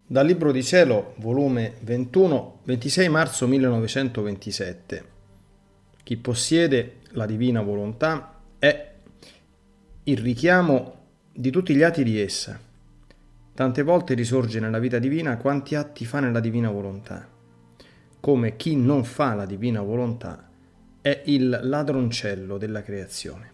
Dal Libro di Cielo, volume 21, 26 marzo 1927. Chi possiede la divina volontà è il richiamo di tutti gli atti di essa. Tante volte risorge nella vita divina quanti atti fa nella divina volontà. Come chi non fa la divina volontà è il ladroncello della creazione.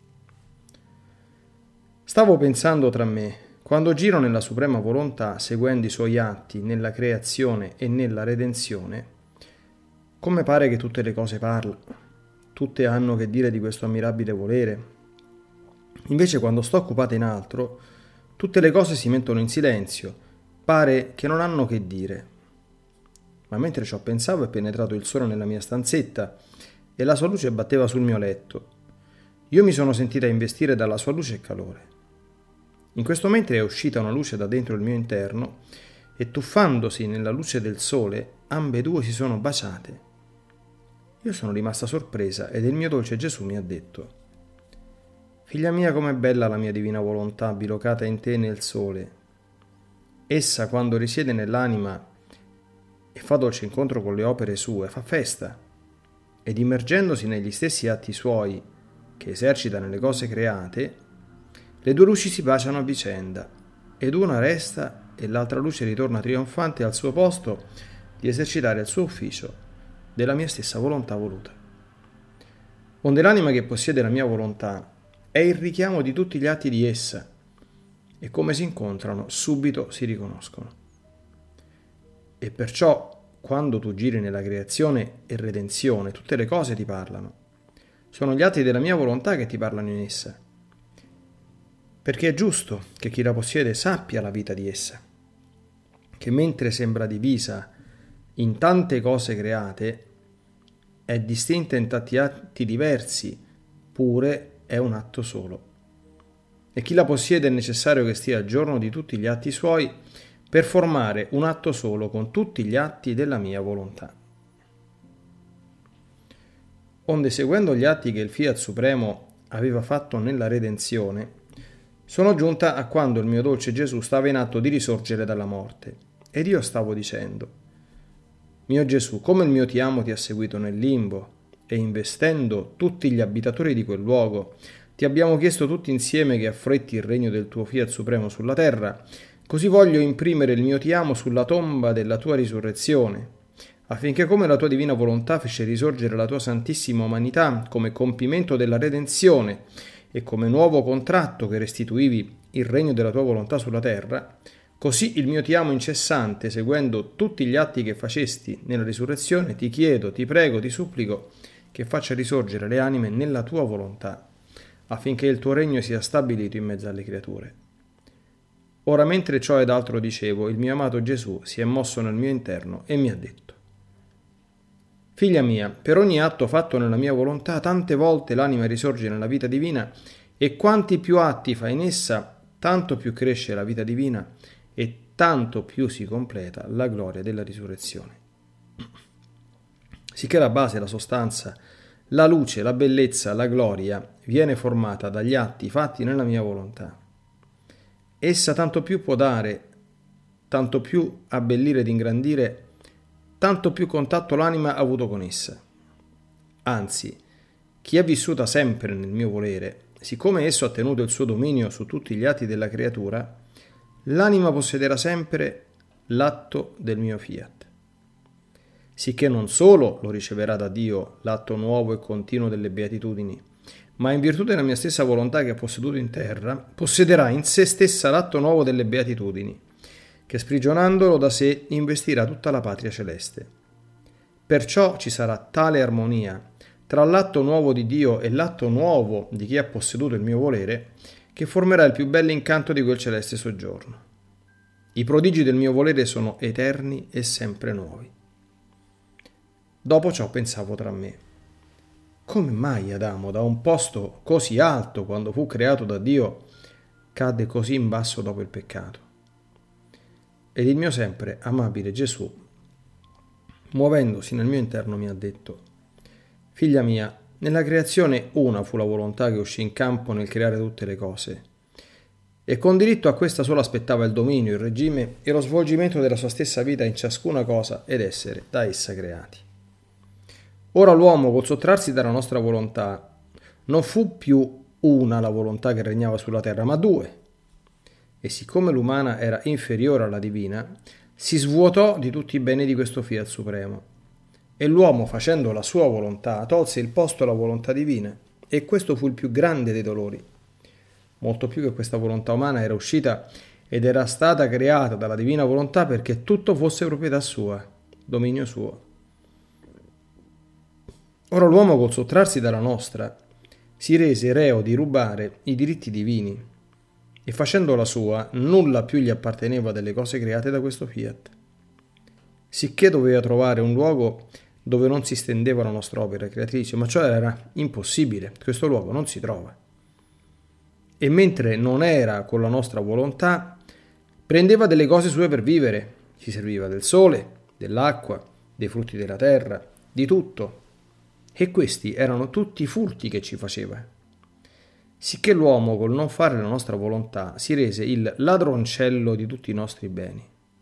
Stavo pensando tra me, quando giro nella suprema volontà, seguendo i suoi atti nella creazione e nella redenzione, come pare che tutte le cose parlano, tutte hanno che dire di questo ammirabile volere. Invece quando sto occupata in altro, tutte le cose si mettono in silenzio, pare che non hanno che dire. Ma mentre ciò pensavo è penetrato il sole nella mia stanzetta e la sua luce batteva sul mio letto. Io mi sono sentita investire dalla sua luce e calore. In questo mentre è uscita una luce da dentro il mio interno e tuffandosi nella luce del sole, ambedue si sono baciate. Io sono rimasta sorpresa ed il mio dolce Gesù mi ha detto: «Figlia mia, com'è bella la mia divina volontà bilocata in te nel sole. Essa, quando risiede nell'anima e fa dolce incontro con le opere sue, fa festa, ed immergendosi negli stessi atti suoi che esercita nelle cose create, le due luci si baciano a vicenda, ed una resta e l'altra luce ritorna trionfante al suo posto di esercitare il suo ufficio della mia stessa volontà voluta. Onde l'anima che possiede la mia volontà è il richiamo di tutti gli atti di essa, e come si incontrano subito si riconoscono. E perciò, quando tu giri nella creazione e redenzione, tutte le cose ti parlano. Sono gli atti della mia volontà che ti parlano in essa. Perché è giusto che chi la possiede sappia la vita di essa, che mentre sembra divisa in tante cose create, è distinta in tanti atti diversi, pure è un atto solo. E chi la possiede è necessario che stia a giorno di tutti gli atti suoi per formare un atto solo con tutti gli atti della mia volontà. Onde, seguendo gli atti che il Fiat Supremo aveva fatto nella redenzione, sono giunta a quando il mio dolce Gesù stava in atto di risorgere dalla morte, ed io stavo dicendo: «Mio Gesù, come il mio ti amo ti ha seguito nel limbo, e investendo tutti gli abitatori di quel luogo, ti abbiamo chiesto tutti insieme che affretti il regno del tuo Fiat Supremo sulla terra, così voglio imprimere il mio ti amo sulla tomba della tua risurrezione, affinché come la tua divina volontà fece risorgere la tua santissima umanità come compimento della redenzione, e come nuovo contratto che restituivi il regno della tua volontà sulla terra, così il mio ti amo incessante, seguendo tutti gli atti che facesti nella risurrezione, ti chiedo, ti prego, ti supplico che faccia risorgere le anime nella tua volontà, affinché il tuo regno sia stabilito in mezzo alle creature». Ora, mentre ciò ed altro dicevo, il mio amato Gesù si è mosso nel mio interno e mi ha detto: «Figlia mia, per ogni atto fatto nella mia volontà, tante volte l'anima risorge nella vita divina, e quanti più atti fa in essa, tanto più cresce la vita divina e tanto più si completa la gloria della risurrezione. Sicché la base, la sostanza, la luce, la bellezza, la gloria viene formata dagli atti fatti nella mia volontà. Essa tanto più può dare, tanto più abbellire ed ingrandire, tanto più contatto l'anima ha avuto con essa. Anzi, chi è vissuta sempre nel mio volere, siccome esso ha tenuto il suo dominio su tutti gli atti della creatura, l'anima possederà sempre l'atto del mio fiat. Sicché non solo lo riceverà da Dio l'atto nuovo e continuo delle beatitudini, ma in virtù della mia stessa volontà che ha posseduto in terra, possederà in se stessa l'atto nuovo delle beatitudini, che sprigionandolo da sé investirà tutta la patria celeste. Perciò ci sarà tale armonia tra l'atto nuovo di Dio e l'atto nuovo di chi ha posseduto il mio volere, che formerà il più bello incanto di quel celeste soggiorno. I prodigi del mio volere sono eterni e sempre nuovi». Dopo ciò pensavo tra me: come mai Adamo, da un posto così alto quando fu creato da Dio, cadde così in basso dopo il peccato? Ed il mio sempre amabile Gesù, muovendosi nel mio interno, mi ha detto: «Figlia mia, nella creazione una fu la volontà che uscì in campo nel creare tutte le cose, e con diritto a questa sola aspettava il dominio, il regime e lo svolgimento della sua stessa vita in ciascuna cosa ed essere da essa creati. Ora l'uomo, col sottrarsi dalla nostra volontà, non fu più una la volontà che regnava sulla terra, ma due. E siccome l'umana era inferiore alla divina, si svuotò di tutti i beni di questo Fiat Supremo. E l'uomo, facendo la sua volontà, tolse il posto alla volontà divina, e questo fu il più grande dei dolori. Molto più che questa volontà umana era uscita ed era stata creata dalla divina volontà perché tutto fosse proprietà sua, dominio suo. Ora l'uomo, col sottrarsi dalla nostra, si rese reo di rubare i diritti divini e facendo la sua, nulla più gli apparteneva delle cose create da questo Fiat. Sicché doveva trovare un luogo dove non si stendeva la nostra opera creatrice, ma ciò era impossibile, questo luogo non si trova. E mentre non era con la nostra volontà, prendeva delle cose sue per vivere, si serviva del sole, dell'acqua, dei frutti della terra, di tutto. E questi erano tutti furti che ci faceva. Sicché l'uomo, col non fare la nostra volontà, si rese il ladroncello di tutti i nostri beni.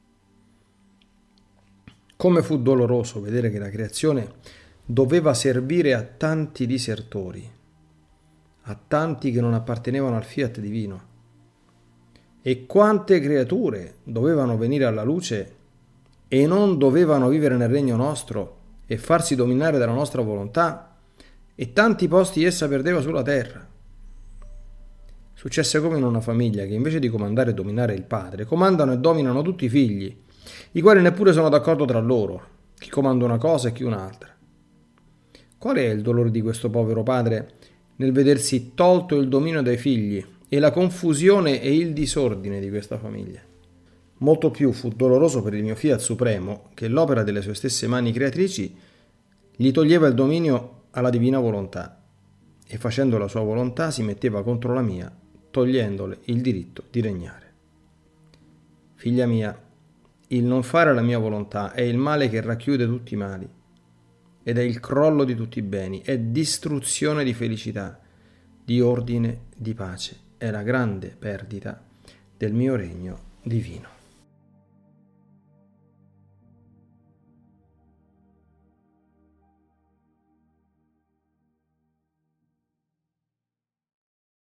Come fu doloroso vedere che la creazione doveva servire a tanti disertori, a tanti che non appartenevano al Fiat divino. E quante creature dovevano venire alla luce e non dovevano vivere nel regno nostro e farsi dominare dalla nostra volontà, e tanti posti essa perdeva sulla terra. Successe come in una famiglia che invece di comandare e dominare il padre, comandano e dominano tutti i figli, i quali neppure sono d'accordo tra loro, chi comanda una cosa e chi un'altra. Qual è il dolore di questo povero padre nel vedersi tolto il dominio dai figli e la confusione e il disordine di questa famiglia? Molto più fu doloroso per il mio Fiat Supremo che l'opera delle sue stesse mani creatrici gli toglieva il dominio alla divina volontà e facendo la sua volontà si metteva contro la mia, togliendole il diritto di regnare. Figlia mia, il non fare la mia volontà è il male che racchiude tutti i mali ed è il crollo di tutti i beni, è distruzione di felicità, di ordine, di pace, è la grande perdita del mio regno divino.